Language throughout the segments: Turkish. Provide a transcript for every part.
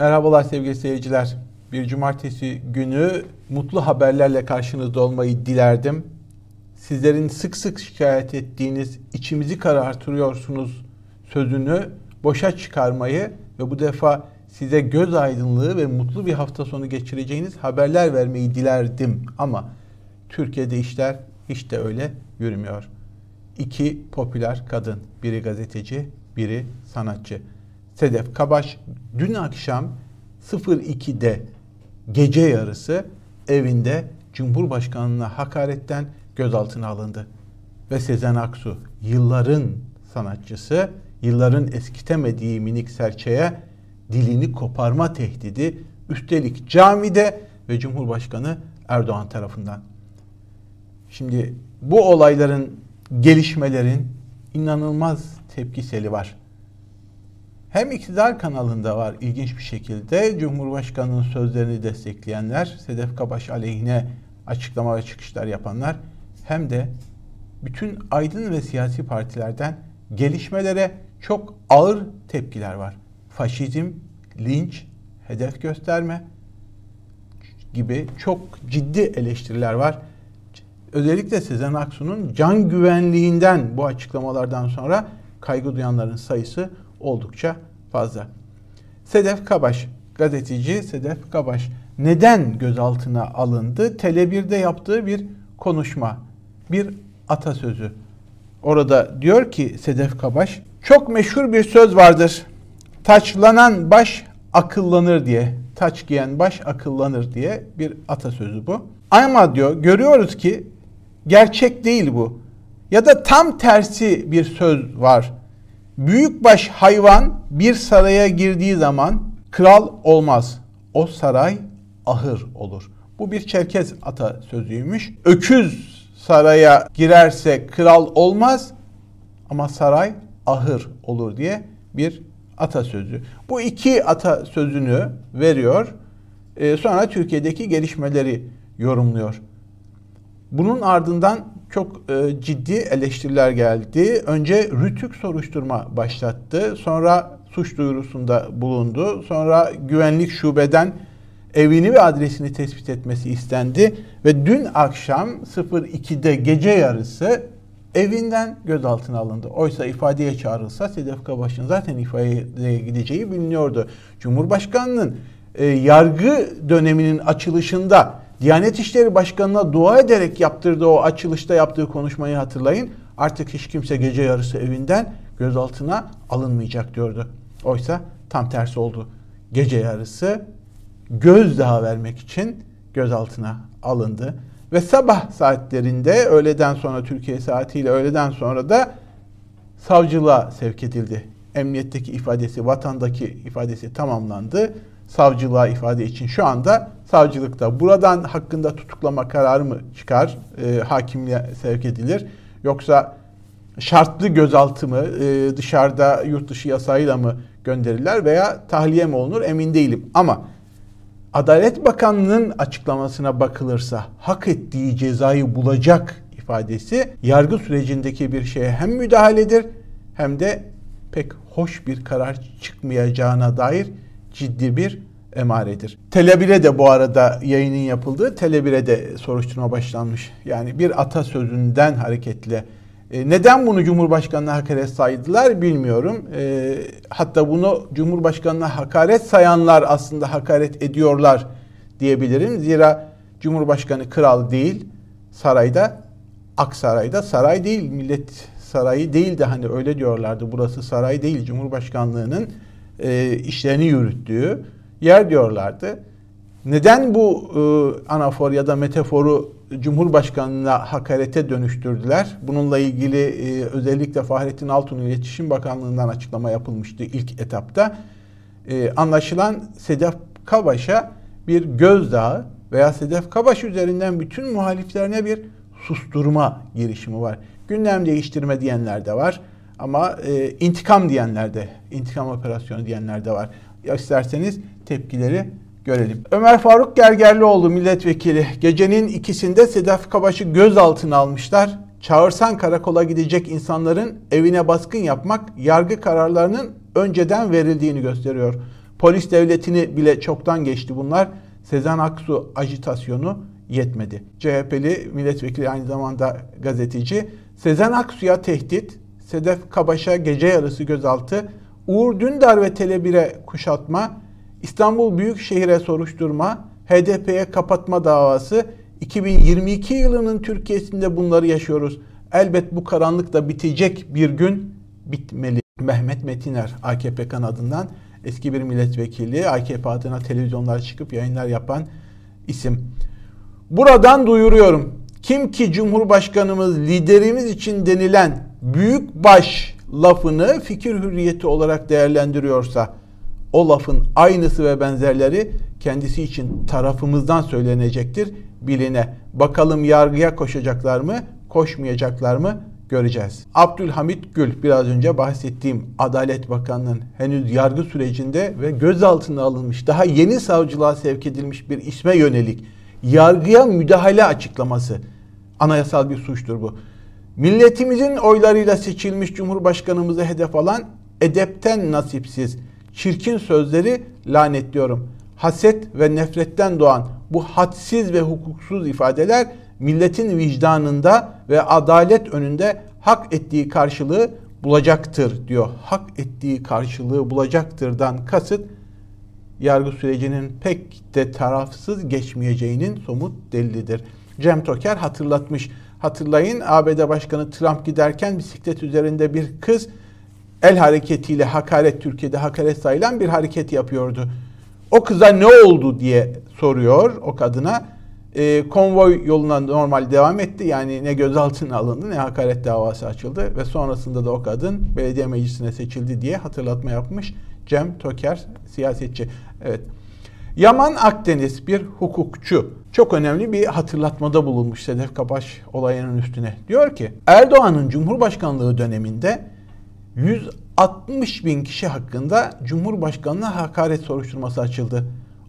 Merhabalar sevgili seyirciler. Bir cumartesi günü mutlu haberlerle karşınızda olmayı dilerdim. Sizlerin sık sık şikayet ettiğiniz içimizi karartıyorsunuz sözünü boşa çıkarmayı ve bu defa size göz aydınlığı ve mutlu bir hafta sonu geçireceğiniz haberler vermeyi dilerdim. Ama Türkiye'de işler hiç de öyle yürümüyor. İki popüler kadın, biri gazeteci, biri sanatçı. Sedef Kabaş dün akşam 02'de gece yarısı evinde Cumhurbaşkanı'na hakaretten gözaltına alındı. Ve Sezen Aksu, yılların sanatçısı, yılların eskitemediği minik serçeye dilini koparma tehdidi, üstelik camide ve Cumhurbaşkanı Erdoğan tarafından. Şimdi bu olayların, gelişmelerin inanılmaz tepkiseli var. Hem iktidar kanalında var ilginç bir şekilde Cumhurbaşkanı'nın sözlerini destekleyenler, Sedef Kabaş aleyhine açıklama ve çıkışlar yapanlar, hem de bütün aydın ve siyasi partilerden gelişmelere çok ağır tepkiler var. Faşizm, linç, hedef gösterme gibi çok ciddi eleştiriler var. Özellikle Sezen Aksu'nun can güvenliğinden bu açıklamalardan sonra kaygı duyanların sayısı oldukça fazla. Sedef Kabaş, gazeteci Sedef Kabaş neden gözaltına alındı? Tele1'de yaptığı bir konuşma, bir atasözü. Orada diyor ki Sedef Kabaş, çok meşhur bir söz vardır. Taçlanan baş akıllanır diye. Taç giyen baş akıllanır diye bir atasözü bu. Ama diyor görüyoruz ki gerçek değil bu. Ya da tam tersi bir söz var. Büyükbaş hayvan bir saraya girdiği zaman kral olmaz. O saray ahır olur. Bu bir Çerkez atasözüymüş. Öküz saraya girerse kral olmaz ama saray ahır olur diye bir atasözü. Bu iki atasözünü veriyor. Sonra Türkiye'deki gelişmeleri yorumluyor. Bunun ardından çok ciddi eleştiriler geldi. Önce Rütük soruşturma başlattı. Sonra suç duyurusunda bulundu. Sonra güvenlik şubeden evini ve adresini tespit etmesi istendi. Ve dün akşam 02'de gece yarısı evinden gözaltına alındı. Oysa ifadeye çağrılsa Sedef Kabaş'ın zaten ifadeye gideceği biliniyordu. Cumhurbaşkanının yargı döneminin açılışında Diyanet İşleri Başkanı'na dua ederek yaptırdığı o açılışta yaptığı konuşmayı hatırlayın. Artık hiç kimse gece yarısı evinden gözaltına alınmayacak diyordu. Oysa tam tersi oldu. Gece yarısı gözdağı vermek için gözaltına alındı. Ve sabah saatlerinde öğleden sonra Türkiye saatiyle öğleden sonra da savcılığa sevk edildi. Emniyetteki ifadesi, vatandaki ifadesi tamamlandı. Savcılığa ifade için şu anda savcılıkta. Buradan hakkında tutuklama kararı mı çıkar, hakimliğe sevk edilir? Yoksa şartlı gözaltı mı, dışarıda yurt dışı yasayla mı gönderirler veya tahliye mi olunur emin değilim. Ama Adalet Bakanlığı'nın açıklamasına bakılırsa hak ettiği cezayı bulacak ifadesi yargı sürecindeki bir şeye hem müdahaledir hem de pek hoş bir karar çıkmayacağına dair ciddi bir emaredir. Tele1'e de bu arada yayının yapıldığı Tele1'e de soruşturma başlanmış. Yani bir atasözünden hareketle. Neden bunu Cumhurbaşkanı'na hakaret saydılar bilmiyorum. Hatta bunu Cumhurbaşkanı'na hakaret sayanlar aslında hakaret ediyorlar diyebilirim. Zira Cumhurbaşkanı kral değil, sarayda, Aksaray'da saray değil, millet sarayı değil de hani öyle diyorlardı. Burası saray değil, Cumhurbaşkanlığının işlerini yürüttüğü yer diyorlardı. Neden bu anafor ya da metaforu Cumhurbaşkanı'na hakarete dönüştürdüler? Bununla ilgili özellikle Fahrettin Altun'un İletişim Bakanlığı'ndan açıklama yapılmıştı ilk etapta. Anlaşılan Sedef Kabaş'a bir gözdağı veya Sedef Kabaş üzerinden bütün muhaliflerine bir susturma girişimi var. Gündem değiştirme diyenler de var. Ama intikam diyenler de, intikam operasyonu diyenler de var. Ya isterseniz tepkileri görelim. Ömer Faruk Gergerlioğlu milletvekili gecenin ikisinde Sedef Kabaş'ı gözaltına almışlar. Çağırsan karakola gidecek insanların evine baskın yapmak yargı kararlarının önceden verildiğini gösteriyor. Polis devletini bile çoktan geçti bunlar. Sezen Aksu ajitasyonu yetmedi. CHP'li milletvekili, aynı zamanda gazeteci, Sezen Aksu'ya tehdit, Sedef Kabaş'a gece yarısı gözaltı, Uğur Dündar ve Tele1'e kuşatma, İstanbul Büyükşehir'e soruşturma, HDP'ye kapatma davası. 2022 yılının Türkiye'sinde bunları yaşıyoruz. Elbet bu karanlık da bitecek bir gün, bitmeli. Mehmet Metiner, AKP kanadından eski bir milletvekili, AKP adına televizyonlara çıkıp yayınlar yapan isim. Buradan duyuruyorum. Kim ki Cumhurbaşkanımız, liderimiz için denilen büyükbaş lafını fikir hürriyeti olarak değerlendiriyorsa, o lafın aynısı ve benzerleri kendisi için tarafımızdan söylenecektir biline. Bakalım yargıya koşacaklar mı, koşmayacaklar mı göreceğiz. Abdülhamit Gül, biraz önce bahsettiğim Adalet Bakanı'nın henüz yargı sürecinde ve gözaltına alınmış, daha yeni savcılığa sevk edilmiş bir isme yönelik yargıya müdahale açıklaması. Anayasal bir suçtur bu. Milletimizin oylarıyla seçilmiş Cumhurbaşkanımızı hedef alan edepten nasipsiz, çirkin sözleri lanetliyorum. Haset ve nefretten doğan bu hadsiz ve hukuksuz ifadeler milletin vicdanında ve adalet önünde hak ettiği karşılığı bulacaktır diyor. Hak ettiği karşılığı bulacaktırdan kasıt, yargı sürecinin pek de tarafsız geçmeyeceğinin somut delilidir. Cem Toker hatırlatmış. Hatırlayın, ABD Başkanı Trump giderken bisiklet üzerinde bir kız el hareketiyle hakaret, Türkiye'de hakaret sayılan bir hareket yapıyordu. O kıza ne oldu diye soruyor o kadına. Konvoy yoluna normal devam etti. Yani ne gözaltına alındı ne hakaret davası açıldı. Ve sonrasında da o kadın belediye meclisine seçildi diye hatırlatma yapmış Cem Toker, siyasetçi. Evet. Yaman Akdeniz, bir hukukçu, çok önemli bir hatırlatmada bulunmuş Sedef Kabaş olayının üstüne. Diyor ki, Erdoğan'ın Cumhurbaşkanlığı döneminde 160 bin kişi hakkında Cumhurbaşkanlığına hakaret soruşturması açıldı.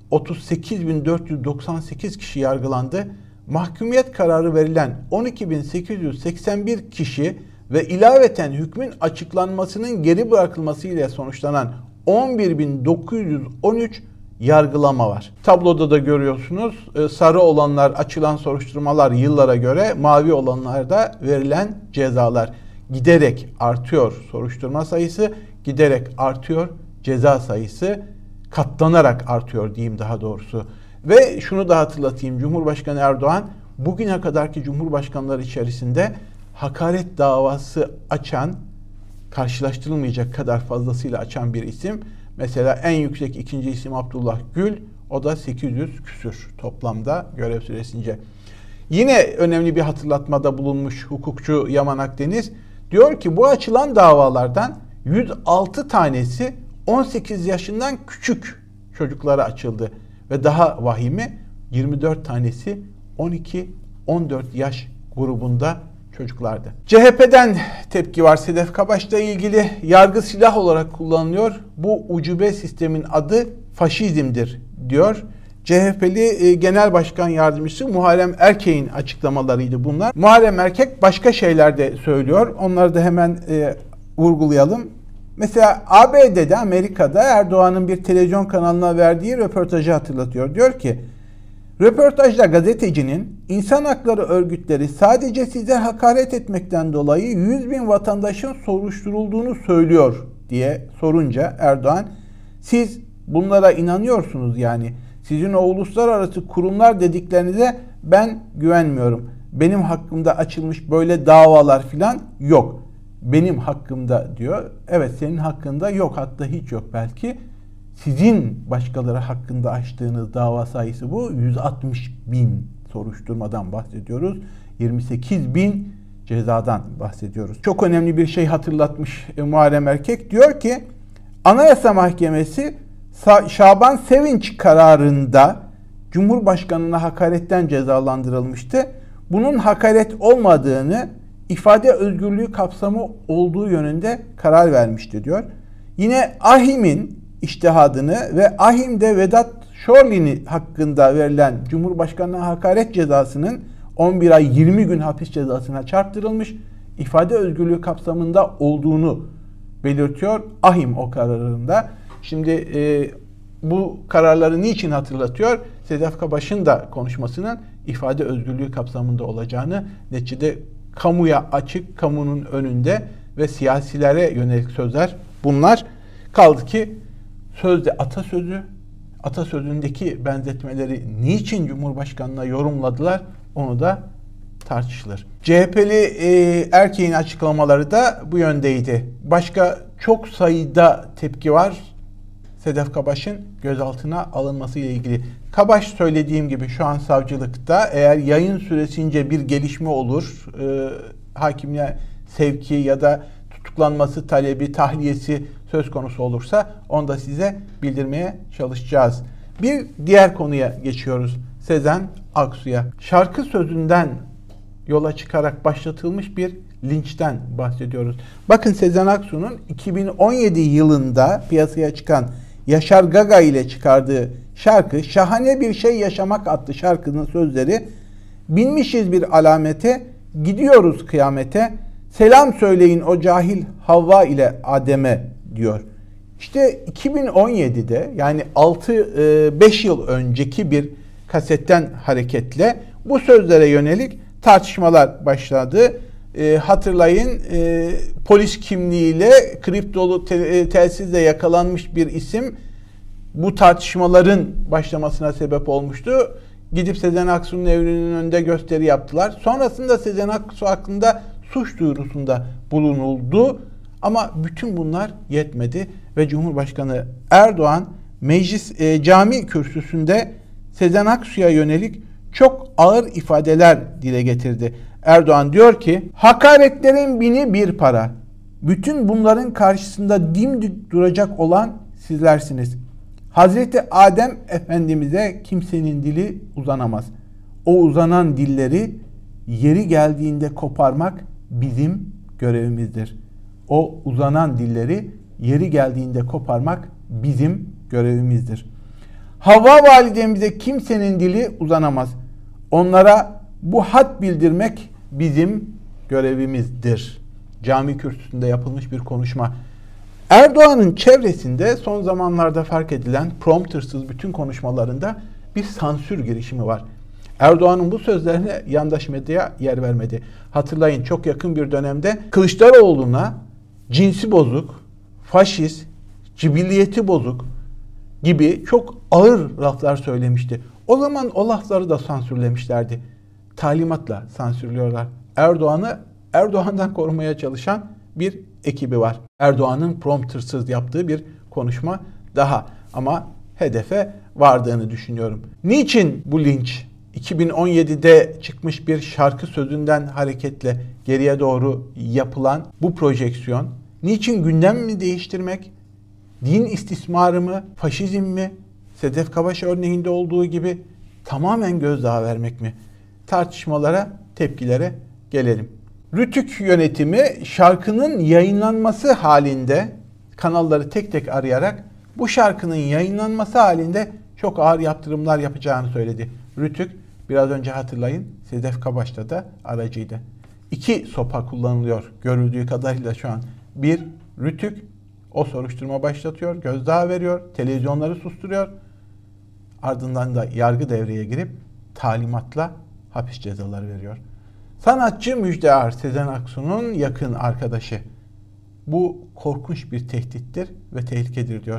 38.498 kişi yargılandı. Mahkumiyet kararı verilen 12.881 kişi ve ilaveten hükmün açıklanmasının geri bırakılmasıyla sonuçlanan 11.913 yargılama var. Tabloda da görüyorsunuz, sarı olanlar açılan soruşturmalar yıllara göre, mavi olanlarda verilen cezalar. Giderek artıyor soruşturma sayısı, giderek artıyor ceza sayısı, katlanarak artıyor diyeyim daha doğrusu. Ve şunu da hatırlatayım, Cumhurbaşkanı Erdoğan bugüne kadarki cumhurbaşkanları içerisinde hakaret davası açan, karşılaştırılmayacak kadar fazlasıyla açan bir isim. Mesela en yüksek ikinci isim Abdullah Gül, o da 800 küsür toplamda görev süresince. Yine önemli bir hatırlatmada bulunmuş hukukçu Yaman Akdeniz. Diyor ki bu açılan davalardan 106 tanesi 18 yaşından küçük çocuklara açıldı. Ve daha vahimi 24 tanesi 12-14 yaş grubunda çocuklardı. CHP'den tepki var. Sedef Kabaş'la ilgili yargı silah olarak kullanılıyor. Bu ucube sistemin adı faşizmdir diyor. CHP'li Genel Başkan Yardımcısı Muharrem Erkek'in açıklamalarıydı bunlar. Muharrem Erkek başka şeyler de söylüyor. Onları da hemen vurgulayalım. Mesela ABD'de, Amerika'da Erdoğan'ın bir televizyon kanalına verdiği röportajı hatırlatıyor. Diyor ki, röportajda gazetecinin insan hakları örgütleri sadece size hakaret etmekten dolayı 100 bin vatandaşın soruşturulduğunu söylüyor diye sorunca Erdoğan, siz bunlara inanıyorsunuz yani. Sizin o uluslararası kurumlar dediklerinize ben güvenmiyorum. Benim hakkımda açılmış böyle davalar falan yok. Benim hakkımda diyor. Evet, senin hakkında yok, hatta hiç yok belki. Sizin başkaları hakkında açtığınız dava sayısı bu. 160 bin soruşturmadan bahsediyoruz. 28 bin cezadan bahsediyoruz. Çok önemli bir şey hatırlatmış Muharrem Erkek. Diyor ki, Anayasa Mahkemesi Şaban Sevinç kararında Cumhurbaşkanı'na hakaretten cezalandırılmıştı. Bunun hakaret olmadığını, ifade özgürlüğü kapsamı olduğu yönünde karar vermişti diyor. Yine AİHM'in içtihadını ve AİHM'de Vedat Şorli hakkında verilen Cumhurbaşkanı'na hakaret cezasının 11 ay 20 gün hapis cezasına çarptırılmış, ifade özgürlüğü kapsamında olduğunu belirtiyor AİHM o kararında. Şimdi bu kararları niçin hatırlatıyor? Sedef Kabaş'ın da konuşmasının ifade özgürlüğü kapsamında olacağını, neticede kamuya açık, kamunun önünde ve siyasilere yönelik sözler bunlar. Kaldı ki sözde atasözü, atasözündeki benzetmeleri niçin Cumhurbaşkanı'na yorumladılar onu da tartışılır. CHP'li erkeğin açıklamaları da bu yöndeydi. Başka çok sayıda tepki var Sedef Kabaş'ın gözaltına alınması ile ilgili. Kabaş söylediğim gibi şu an savcılıkta, eğer yayın süresince bir gelişme olur, hakimliğe sevki ya da tutuklanması talebi, tahliyesi söz konusu olursa onu da size bildirmeye çalışacağız. Bir diğer konuya geçiyoruz. Sezen Aksu'ya. Şarkı sözünden yola çıkarak başlatılmış bir linçten bahsediyoruz. Bakın, Sezen Aksu'nun 2017 yılında piyasaya çıkan Yaşar Gaga ile çıkardığı şarkı "Şahane Bir Şey Yaşamak" adlı şarkının sözleri "Binmişiz bir alamete, gidiyoruz kıyamete, selam söyleyin o cahil Havva ile Adem'e" diyor. İşte 2017'de, yani 5 yıl önceki bir kasetten hareketle bu sözlere yönelik tartışmalar başladı. Hatırlayın, polis kimliğiyle kriptolu telsizle yakalanmış bir isim bu tartışmaların başlamasına sebep olmuştu. Gidip Sezen Aksu'nun evinin önünde gösteri yaptılar. Sonrasında Sezen Aksu hakkında suç duyurusunda bulunuldu. Ama bütün bunlar yetmedi ve Cumhurbaşkanı Erdoğan cami kürsüsünde Sezen Aksu'ya yönelik çok ağır ifadeler dile getirdi. Erdoğan diyor ki, "Hakaretlerin bini bir para. Bütün bunların karşısında dimdik duracak olan sizlersiniz. Hazreti Adem Efendimiz'e kimsenin dili uzanamaz. O uzanan dilleri yeri geldiğinde koparmak bizim görevimizdir. O uzanan dilleri yeri geldiğinde koparmak bizim görevimizdir. Havva validemize kimsenin dili uzanamaz. Onlara bu had bildirmek bizim görevimizdir." Cami kürsüsünde yapılmış bir konuşma. Erdoğan'ın çevresinde son zamanlarda fark edilen promptersız bütün konuşmalarında bir sansür girişimi var. Erdoğan'ın bu sözlerine yandaş medya yer vermedi. Hatırlayın, çok yakın bir dönemde Kılıçdaroğlu'na cinsi bozuk, faşist, cibilliyeti bozuk gibi çok ağır laflar söylemişti. O zaman o lafları da sansürlemişlerdi. Talimatla sansürlüyorlar. Erdoğan'dan korumaya çalışan bir ekibi var. Erdoğan'ın promptersız yaptığı bir konuşma daha, ama hedefe vardığını düşünüyorum. Niçin bu linç? 2017'de çıkmış bir şarkı sözünden hareketle geriye doğru yapılan bu projeksiyon, niçin gündem değiştirmek? Din istismarı mı? Faşizm mi? Sedef Kabaş örneğinde olduğu gibi tamamen gözdağı vermek mi? Tartışmalara, tepkilere gelelim. Rütük yönetimi şarkının yayınlanması halinde kanalları tek tek arayarak bu şarkının yayınlanması halinde çok ağır yaptırımlar yapacağını söyledi. Rütük, biraz önce hatırlayın, Sedef Kabaş'ta da aracıydı. 2 sopa kullanılıyor görüldüğü kadarıyla şu an. Bir, Rütük o soruşturma başlatıyor, gözdağı veriyor, televizyonları susturuyor. Ardından da yargı devreye girip talimatla hapis cezaları veriyor. Sanatçı Müjdear, Sezen Aksu'nun yakın arkadaşı. Bu korkunç bir tehdittir ve tehlikedir diyor.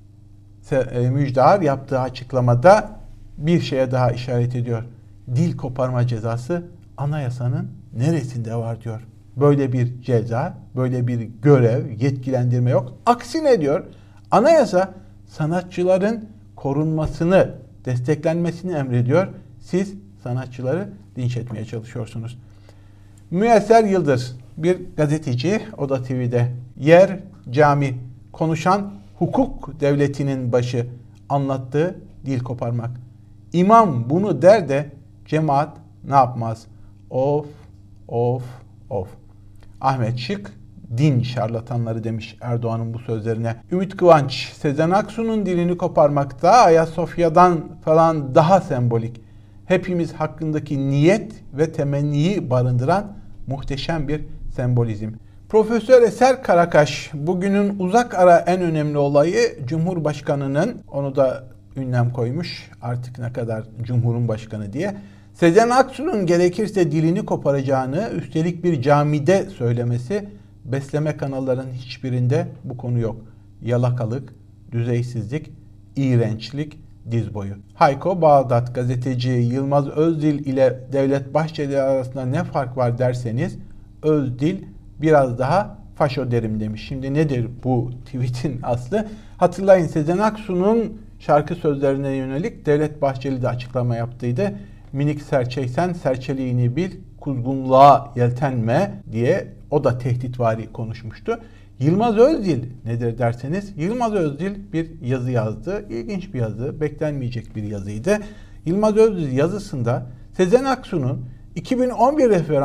Müjdear yaptığı açıklamada bir şeye daha işaret ediyor. Dil koparma cezası anayasanın neresinde var diyor. Böyle bir ceza, böyle bir görev, yetkilendirme yok. Aksine diyor, anayasa sanatçıların korunmasını, desteklenmesini emrediyor. Siz sanatçıları linç etmeye çalışıyorsunuz. Müyesser Yıldız, bir gazeteci, o da TV'de. Yer cami, konuşan hukuk devletinin başı, anlattığı dil koparmak. İmam bunu der de cemaat ne yapmaz? Of, of, of. Ahmet Şık, din şarlatanları demiş Erdoğan'ın bu sözlerine. Ümit Kıvanç, Sezen Aksu'nun dilini koparmakta Ayasofya'dan falan daha sembolik. Hepimiz hakkındaki niyet ve temenniyi barındıran muhteşem bir sembolizm. Profesör Eser Karakaş, bugünün uzak ara en önemli olayı Cumhurbaşkanı'nın, onu da ünlem koymuş artık ne kadar Cumhurbaşkanı diye, Sezen Aksu'nun gerekirse dilini koparacağını üstelik bir camide söylemesi. Besleme kanallarının hiçbirinde bu konu yok. Yalakalık, düzeysizlik, iğrençlik diz boyu. Hayko Bağdat gazeteci Yılmaz Özdil ile Devlet Bahçeli arasında ne fark var derseniz, Özdil biraz daha faşo derim demiş. Şimdi nedir bu tweetin aslı? Hatırlayın, Sezen Aksu'nun şarkı sözlerine yönelik Devlet Bahçeli de açıklama yaptıydı. Minik serçeysen serçeliğini bil, kuzgunluğa yeltenme diye o da tehditvari konuşmuştu. Yılmaz Özdil nedir derseniz, Yılmaz Özdil bir yazı yazdı. İlginç bir yazı, beklenmeyecek bir yazıydı. Yılmaz Özdil yazısında Sezen Aksu'nun 2010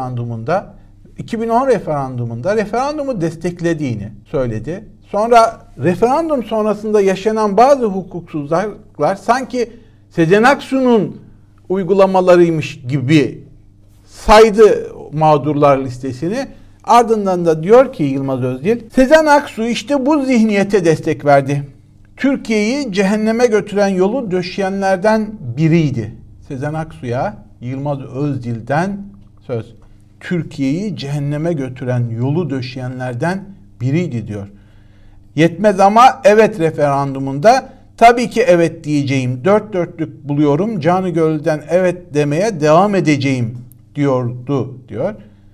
referandumunda referandumu desteklediğini söyledi. Sonra referandum sonrasında yaşanan bazı hukuksuzluklar sanki Sezen Aksu'nun uygulamalarıymış gibi saydı mağdurlar listesini. Ardından da diyor ki Yılmaz Özdil, Sezen Aksu işte bu zihniyete destek verdi. Türkiye'yi cehenneme götüren yolu döşeyenlerden biriydi. Sezen Aksu'ya Yılmaz Özdil'den söz. Türkiye'yi cehenneme götüren yolu döşeyenlerden biriydi diyor. Yetmez ama evet referandumunda tabii ki evet diyeceğim. Dört dörtlük buluyorum. Canı gönülden evet demeye devam edeceğim diyordu diyor.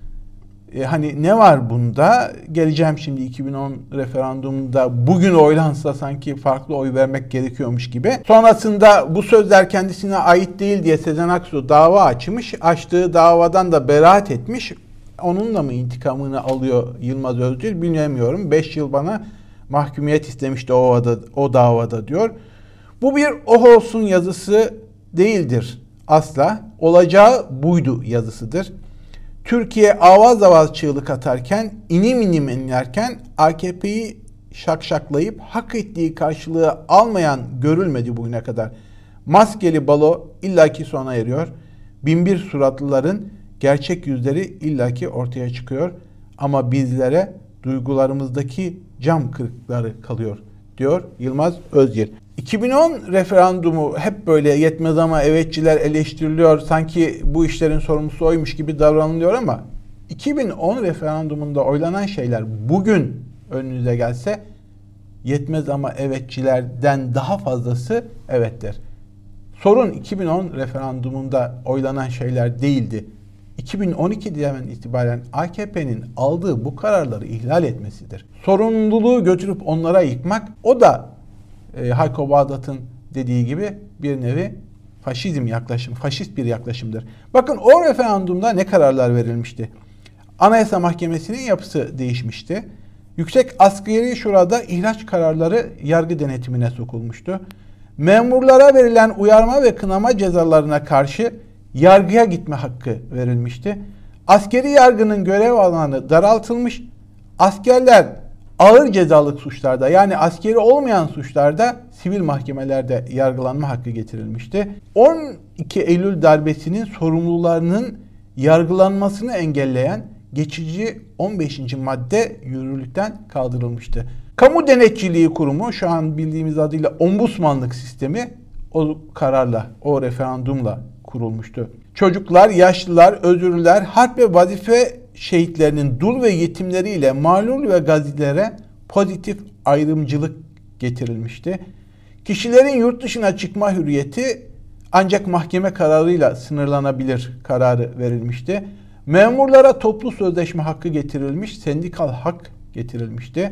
Hani ne var bunda? Geleceğim şimdi 2010 referandumunda bugün oylansa sanki farklı oy vermek gerekiyormuş gibi. Sonrasında bu sözler kendisine ait değil diye Sezen Aksu dava açmış. Açtığı davadan da beraat etmiş. Onunla mı intikamını alıyor Yılmaz Özdil bilmiyorum. 5 yıl bana mahkumiyet istemişti o davada diyor. Bu bir oh olsun yazısı değildir asla. Olacağı buydu yazısıdır. Türkiye avaz avaz çığlık atarken, inim inim inlerken AKP'yi şakşaklayıp hak ettiği karşılığı almayan görülmedi bugüne kadar. Maskeli balo illaki sona eriyor. Binbir suratlıların gerçek yüzleri illaki ortaya çıkıyor. Ama bizlere duygularımızdaki cam kırıkları kalıyor diyor Yılmaz Özdil. 2010 referandumu hep böyle yetmez ama evetçiler eleştiriliyor. Sanki bu işlerin sorumlusu oymuş gibi davranılıyor ama 2010 referandumunda oylanan şeyler bugün önünüze gelse yetmez ama evetçilerden daha fazlası evettir. Sorun 2010 referandumunda oylanan şeyler değildi. 2012'den itibaren AKP'nin aldığı bu kararları ihlal etmesidir. Sorumluluğu götürüp onlara yıkmak, o da Hayko Bağdat'ın dediği gibi bir nevi faşist bir yaklaşımdır. Bakın o referandumda ne kararlar verilmişti? Anayasa Mahkemesi'nin yapısı değişmişti. Yüksek Asgari Şura'da ihraç kararları yargı denetimine sokulmuştu. Memurlara verilen uyarma ve kınama cezalarına karşı yargıya gitme hakkı verilmişti. Askeri yargının görev alanı daraltılmış. Askerler ağır cezalık suçlarda, yani askeri olmayan suçlarda sivil mahkemelerde yargılanma hakkı getirilmişti. 12 Eylül darbesinin sorumlularının yargılanmasını engelleyen geçici 15. madde yürürlükten kaldırılmıştı. Kamu Denetçiliği Kurumu, şu an bildiğimiz adıyla Ombudsmanlık Sistemi, o kararla, o referandumla kurulmuştu. Çocuklar, yaşlılar, özürlüler, harp ve vazife şehitlerinin dul ve yetimleriyle mağlul ve gazilere pozitif ayrımcılık getirilmişti. Kişilerin yurt dışına çıkma hürriyeti ancak mahkeme kararıyla sınırlanabilir kararı verilmişti. Memurlara toplu sözleşme hakkı getirilmiş, sendikal hak getirilmişti.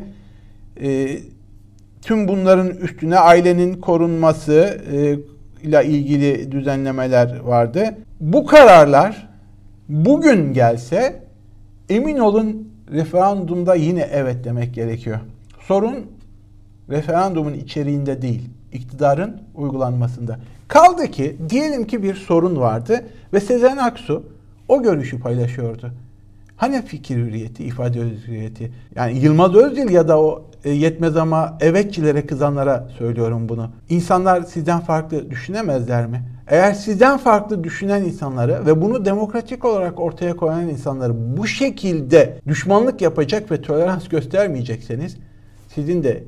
Tüm bunların üstüne ailenin korunması ile ilgili düzenlemeler vardı. Bu kararlar bugün gelse emin olun referandumda yine evet demek gerekiyor. Sorun referandumun içeriğinde değil, iktidarın uygulanmasında. Kaldı ki diyelim ki bir sorun vardı ve Sezen Aksu o görüşü paylaşıyordu. Hani fikir hürriyeti, ifade hürriyeti? Yani Yılmaz Özdil ya da o yetmez ama evetçilere, kızanlara söylüyorum bunu. İnsanlar sizden farklı düşünemezler mi? Eğer sizden farklı düşünen insanları ve bunu demokratik olarak ortaya koyan insanları bu şekilde düşmanlık yapacak ve tolerans göstermeyecekseniz sizin de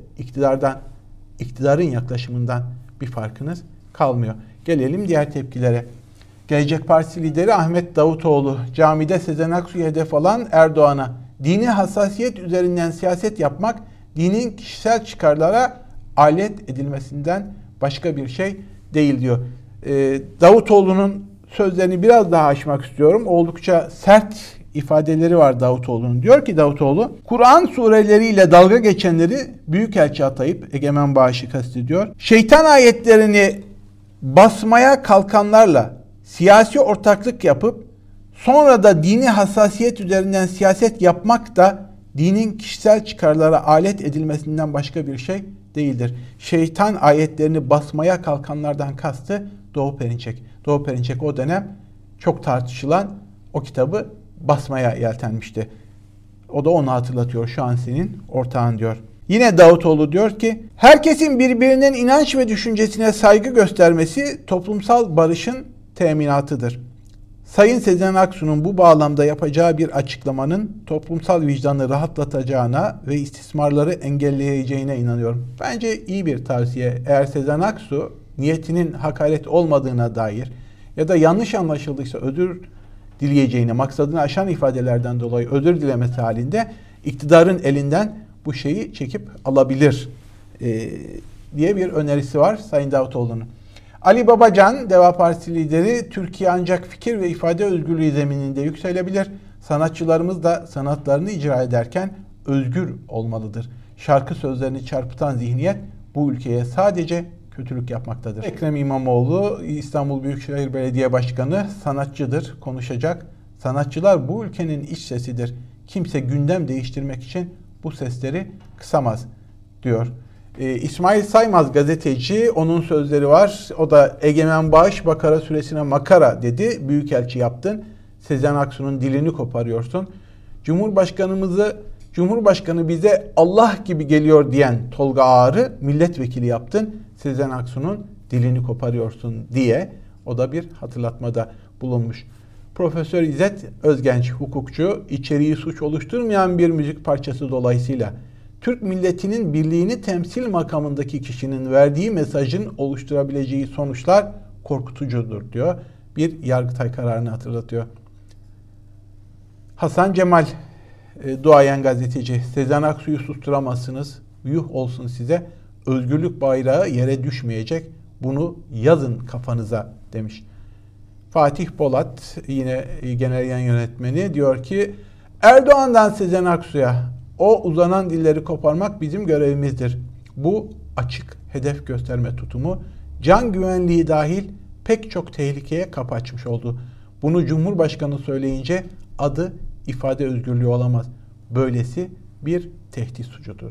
iktidarın yaklaşımından bir farkınız kalmıyor. Gelelim diğer tepkilere. Gelecek Partisi lideri Ahmet Davutoğlu camide Sezen Aksu'yu hedef alan Erdoğan'a dini hassasiyet üzerinden siyaset yapmak dinin kişisel çıkarlara alet edilmesinden başka bir şey değil diyor. Davutoğlu'nun sözlerini biraz daha açmak istiyorum. Oldukça sert ifadeleri var Davutoğlu'nun. Diyor ki Davutoğlu, Kur'an sureleriyle dalga geçenleri büyükelçi atayıp, Egemen Bağış'ı kastediyor, şeytan ayetlerini basmaya kalkanlarla siyasi ortaklık yapıp sonra da dini hassasiyet üzerinden siyaset yapmak da dinin kişisel çıkarlara alet edilmesinden başka bir şey değildir. Şeytan ayetlerini basmaya kalkanlardan kastı Doğu Perinçek. Doğu Perinçek o dönem çok tartışılan o kitabı basmaya yeltenmişti. O da onu hatırlatıyor. Şu an senin ortağın diyor. Yine Davutoğlu diyor ki, herkesin birbirinin inanç ve düşüncesine saygı göstermesi toplumsal barışın teminatıdır. Sayın Sezen Aksu'nun bu bağlamda yapacağı bir açıklamanın toplumsal vicdanı rahatlatacağına ve istismarları engelleyeceğine inanıyorum. Bence iyi bir tavsiye. Eğer Sezen Aksu niyetinin hakaret olmadığına dair ya da yanlış anlaşıldıysa özür dileyeceğine, maksadını aşan ifadelerden dolayı özür dilemesi halinde iktidarın elinden bu şeyi çekip alabilir diye bir önerisi var Sayın Davutoğlu'nun. Ali Babacan, Deva Partisi lideri, Türkiye ancak fikir ve ifade özgürlüğü zemininde yükselebilir. Sanatçılarımız da sanatlarını icra ederken özgür olmalıdır. Şarkı sözlerini çarpıtan zihniyet bu ülkeye sadece kötülük yapmaktadır. Ekrem İmamoğlu, İstanbul Büyükşehir Belediye Başkanı, sanatçıdır, konuşacak. Sanatçılar bu ülkenin iç sesidir. Kimse gündem değiştirmek için bu sesleri kısamaz diyor. İsmail Saymaz gazeteci, onun sözleri var. O da Egemen Bağış Bakara suresine makara dedi. Büyükelçi yaptın. Sezen Aksu'nun dilini koparıyorsun. Cumhurbaşkanı bize Allah gibi geliyor diyen Tolga Ağar'ı milletvekili yaptın. Sezen Aksu'nun dilini koparıyorsun diye o da bir hatırlatmada bulunmuş. Profesör İzzet Özgenç, hukukçu, içeriği suç oluşturmayan bir müzik parçası dolayısıyla Türk milletinin birliğini temsil makamındaki kişinin verdiği mesajın oluşturabileceği sonuçlar korkutucudur diyor. Bir Yargıtay kararını hatırlatıyor. Hasan Cemal, duayen gazeteci, Sezen Aksu'yu susturamazsınız, yuh olsun size, özgürlük bayrağı yere düşmeyecek, bunu yazın kafanıza demiş. Fatih Polat, yine genel yayın yönetmeni, diyor ki Erdoğan'dan Sezen Aksu'ya o uzanan dilleri koparmak bizim görevimizdir. Bu açık hedef gösterme tutumu can güvenliği dahil pek çok tehlikeye kapı açmış oldu. Bunu Cumhurbaşkanı söyleyince adı ifade özgürlüğü olamaz. Böylesi bir tehdit suçudur.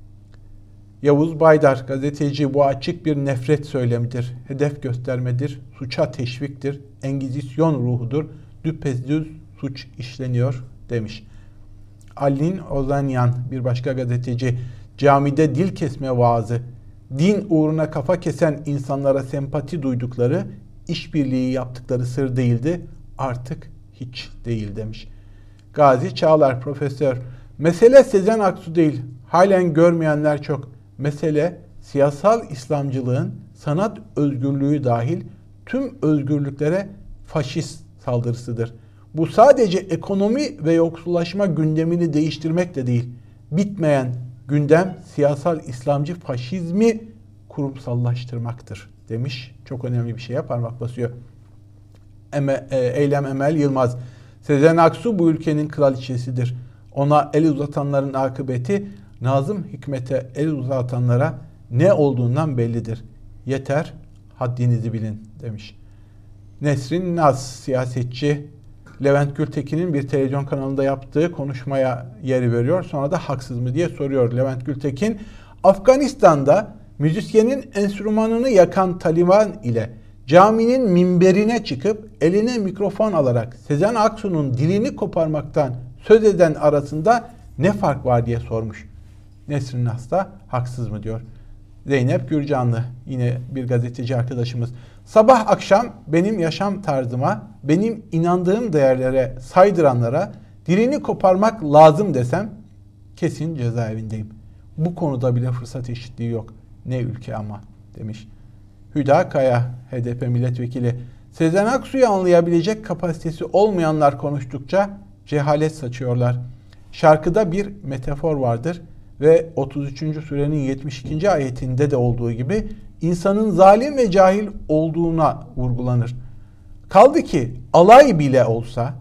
Yavuz Baydar, gazeteci, bu açık bir nefret söylemidir. Hedef göstermedir, suça teşviktir, engizisyon ruhudur, düpedüz suç işleniyor demiş. Alin Ozanyan, bir başka gazeteci, camide dil kesme vaazı, din uğruna kafa kesen insanlara sempati duydukları, işbirliği yaptıkları sır değildi, artık hiç değil demiş. Gazi Çağlar, profesör, mesele Sezen Aksu değil, halen görmeyenler çok. Mesele siyasal İslamcılığın sanat özgürlüğü dahil tüm özgürlüklere faşist saldırısıdır. Bu sadece ekonomi ve yoksullaşma gündemini değiştirmek de değil. Bitmeyen gündem siyasal İslamcı faşizmi kurumsallaştırmaktır demiş. Çok önemli bir şeye parmak basıyor. Eylem Emel Yılmaz, Sezen Aksu bu ülkenin kraliçesidir. Ona el uzatanların akıbeti Nazım Hikmet'e el uzatanlara ne olduğundan bellidir. Yeter, haddinizi bilin demiş. Nesrin Naz, siyasetçi, Levent Gültekin'in bir televizyon kanalında yaptığı konuşmaya yer veriyor. Sonra da haksız mı diye soruyor Levent Gültekin. Afganistan'da müzisyenin enstrümanını yakan Taliban ile caminin minberine çıkıp eline mikrofon alarak Sezen Aksu'nun dilini koparmaktan söz eden arasında ne fark var diye sormuş. Nesrin Nas da haksız mı diyor. Zeynep Gürcanlı yine bir gazeteci arkadaşımız. Sabah akşam benim yaşam tarzıma, benim inandığım değerlere saydıranlara dilini koparmak lazım desem kesin cezaevindeyim. Bu konuda bile fırsat eşitliği yok. Ne ülke ama demiş. Hüda Kaya, HDP milletvekili. Sezen Aksu'yu anlayabilecek kapasitesi olmayanlar konuştukça cehalet saçıyorlar. Şarkıda bir metafor vardır ve 33. surenin 72. ayetinde de olduğu gibi insanın zalim ve cahil olduğuna vurgulanır. Kaldı ki alay bile olsa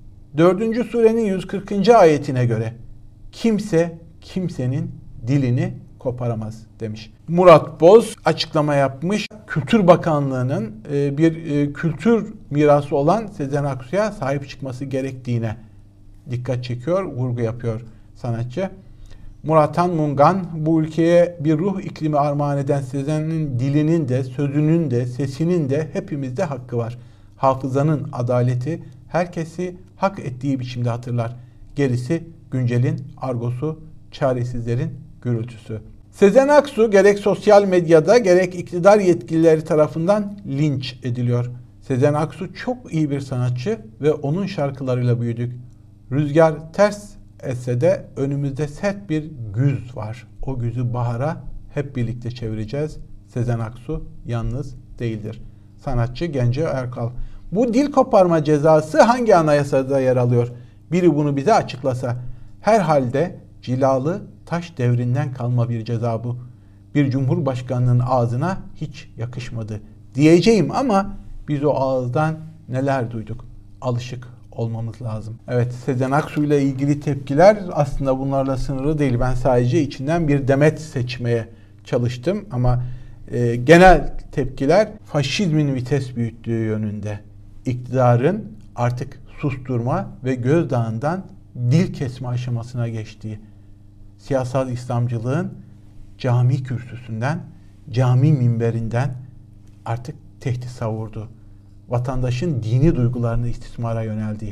4. surenin 140. ayetine göre kimse kimsenin dilini koparamaz demiş. Murat Boz açıklama yapmış. Kültür Bakanlığı'nın bir kültür mirası olan Sezen Aksu'ya sahip çıkması gerektiğine dikkat çekiyor, vurgu yapıyor sanatçı. Murathan Mungan, bu ülkeye bir ruh iklimi armağan eden Sezen'in dilinin de, sözünün de, sesinin de hepimizde hakkı var. Hafızanın adaleti herkesi hak ettiği biçimde hatırlar. Gerisi güncelin argosu, çaresizlerin gürültüsü. Sezen Aksu gerek sosyal medyada gerek iktidar yetkilileri tarafından linç ediliyor. Sezen Aksu çok iyi bir sanatçı ve onun şarkılarıyla büyüdük. Rüzgar ters etse de önümüzde sert bir güz var. O güzü bahara hep birlikte çevireceğiz. Sezen Aksu yalnız değildir. Sanatçı Gence Erkal. Bu dil koparma cezası hangi anayasada yer alıyor? Biri bunu bize açıklasa. Herhalde cilalı taş devrinden kalma bir ceza bu. Bir cumhurbaşkanının ağzına hiç yakışmadı diyeceğim ama biz o ağızdan neler duyduk. Alışık olmamız lazım. Evet, Sezen Aksu ile ilgili tepkiler aslında bunlarla sınırlı değil. Ben sadece içinden bir demet seçmeye çalıştım ama genel tepkiler faşizmin vites büyüttüğü yönünde. İktidarın artık susturma ve gözdağından dil kesme aşamasına geçtiği, siyasal İslamcılığın cami kürsüsünden, cami minberinden artık tehdit savurdu. Vatandaşın dini duygularını istismara yöneldiği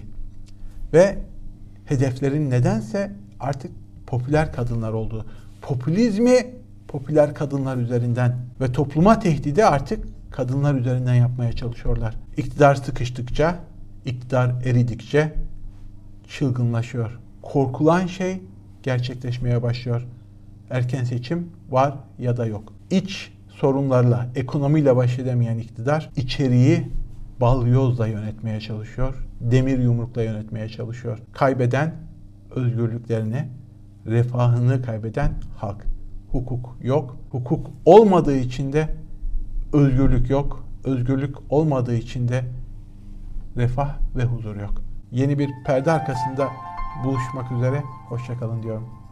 ve hedeflerin nedense artık popüler kadınlar olduğu. Popülizmi popüler kadınlar üzerinden ve topluma tehdidi artık kadınlar üzerinden yapmaya çalışıyorlar. İktidar sıkıştıkça, iktidar eridikçe çılgınlaşıyor. Korkulan şey gerçekleşmeye başlıyor. Erken seçim var ya da yok. İç sorunlarla, ekonomiyle baş edemeyen iktidar içeriği balyozla yönetmeye çalışıyor. Demir yumrukla yönetmeye çalışıyor. Kaybeden özgürlüklerini, refahını kaybeden halk. Hukuk yok. Hukuk olmadığı için de özgürlük yok. Özgürlük olmadığı için de refah ve huzur yok. Yeni bir perde arkasında buluşmak üzere. Hoşça kalın diyorum.